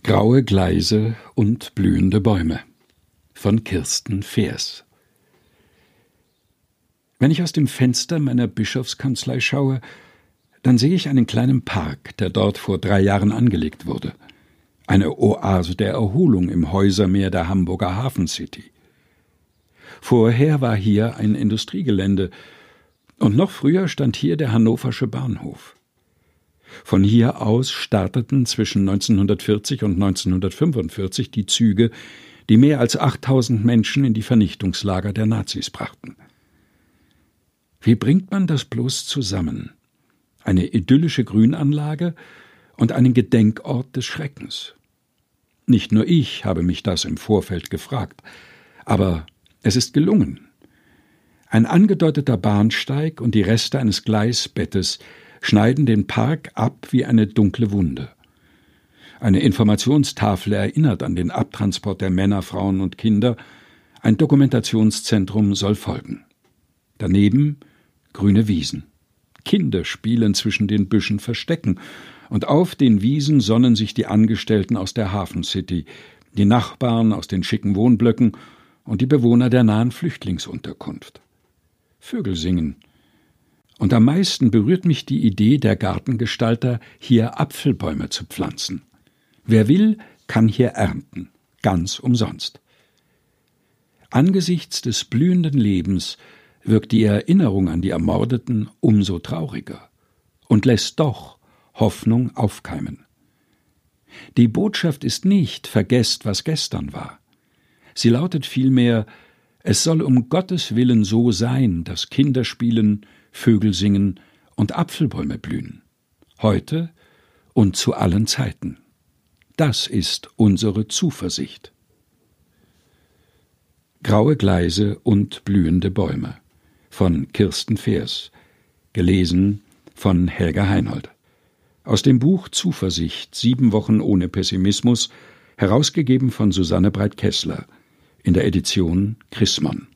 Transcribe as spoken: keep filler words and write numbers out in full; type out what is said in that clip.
Graue Gleise und blühende Bäume von Kirsten Feers. Wenn ich aus dem Fenster meiner Bischofskanzlei schaue, dann sehe ich einen kleinen Park, der dort vor drei Jahren angelegt wurde. Eine Oase der Erholung im Häusermeer der Hamburger Hafencity. Vorher war hier ein Industriegelände und noch früher stand hier der Hannoversche Bahnhof. Von hier aus starteten zwischen neunzehnhundertvierzig und neunzehnhundertfünfundvierzig die Züge, die mehr als achttausend Menschen in die Vernichtungslager der Nazis brachten. Wie bringt man das bloß zusammen? Eine idyllische Grünanlage und einen Gedenkort des Schreckens. Nicht nur ich habe mich das im Vorfeld gefragt, aber es ist gelungen. Ein angedeuteter Bahnsteig und die Reste eines Gleisbettes schneiden den Park ab wie eine dunkle Wunde. Eine Informationstafel erinnert an den Abtransport der Männer, Frauen und Kinder. Ein Dokumentationszentrum soll folgen. Daneben grüne Wiesen. Kinder spielen zwischen den Büschen Verstecken, und auf den Wiesen sonnen sich die Angestellten aus der Hafencity, die Nachbarn aus den schicken Wohnblöcken und die Bewohner der nahen Flüchtlingsunterkunft. Vögel singen. Und am meisten berührt mich die Idee der Gartengestalter, hier Apfelbäume zu pflanzen. Wer will, kann hier ernten, ganz umsonst. Angesichts des blühenden Lebens wirkt die Erinnerung an die Ermordeten umso trauriger und lässt doch Hoffnung aufkeimen. Die Botschaft ist nicht, vergesst, was gestern war. Sie lautet vielmehr, es soll um Gottes Willen so sein, dass Kinder spielen, Vögel singen und Apfelbäume blühen. Heute und zu allen Zeiten. Das ist unsere Zuversicht. Graue Gleise und blühende Bäume von Kirsten Feers. Gelesen von Helga Heinold. Aus dem Buch Zuversicht, sieben Wochen ohne Pessimismus, herausgegeben von Susanne Breit-Kessler, in der Edition Chrismon.